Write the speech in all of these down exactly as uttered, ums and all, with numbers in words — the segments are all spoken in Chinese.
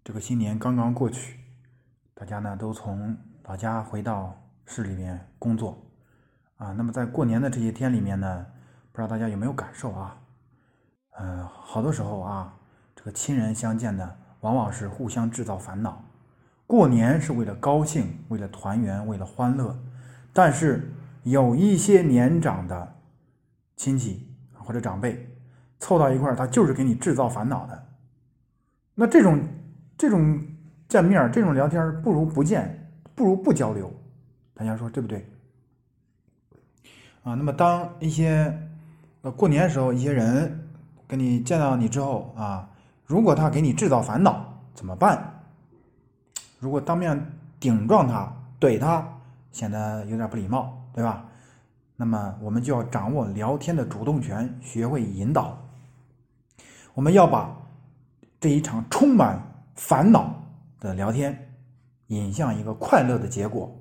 这个新年刚刚过去，大家呢都从老家回到市里面工作啊。那么在过年的这些天里面呢，不知道大家有没有感受啊？呃，好多时候啊，这个亲人相见呢，往往是互相制造烦恼。过年是为了高兴，为了团圆，为了欢乐，但是有一些年长的亲戚或者长辈凑到一块儿，他就是给你制造烦恼的。那这种这种见面，这种聊天，不如不见，不如不交流。大家说对不对？啊，那么当一些呃过年的时候，一些人跟你见到你之后啊，如果他给你制造烦恼，怎么办？如果当面顶撞他、怼他，显得有点不礼貌，对吧？那么我们就要掌握聊天的主动权，学会引导。我们要把这一场充满烦恼的聊天引向一个快乐的结果。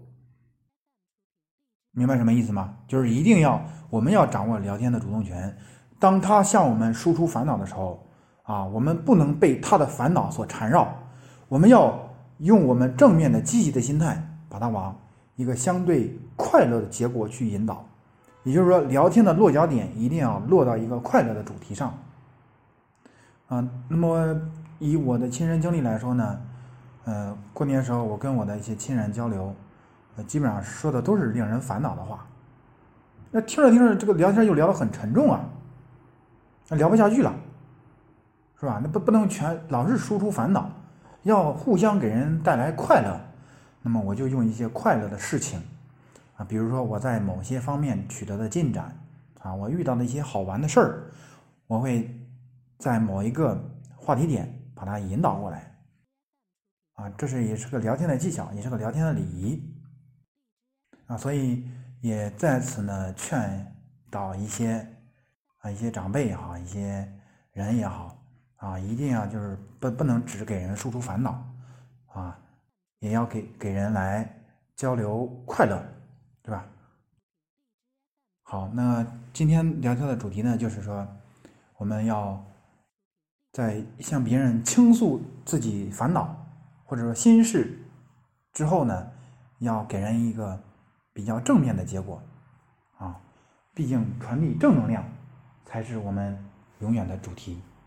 明白什么意思吗？就是一定要我们要掌握聊天的主动权。当他向我们输出烦恼的时候啊，我们不能被他的烦恼所缠绕，我们要用我们正面的积极的心态把它往一个相对快乐的结果去引导。也就是说，聊天的落脚点一定要落到一个快乐的主题上啊。那么以我的亲身经历来说呢，呃，过年的时候我跟我的一些亲人交流，呃，基本上说的都是令人烦恼的话。那听着听着，这个聊天又聊得很沉重啊，那聊不下去了，是吧？那不不能全老是输出烦恼，要互相给人带来快乐。那么我就用一些快乐的事情啊，比如说我在某些方面取得的进展啊，我遇到的一些好玩的事儿，我会在某一个话题点把它引导过来啊，这是也是个聊天的技巧，也是个聊天的礼仪啊，所以也在此呢劝导一些啊一些长辈也好，一些人也好啊，一定要就是不不能只给人输出烦恼啊，也要给给人来交流快乐，对吧？好，那今天聊天的主题呢，就是说我们要在向别人倾诉自己烦恼或者说心事之后呢，要给人一个比较正面的结果啊，毕竟传递正能量才是我们永远的主题。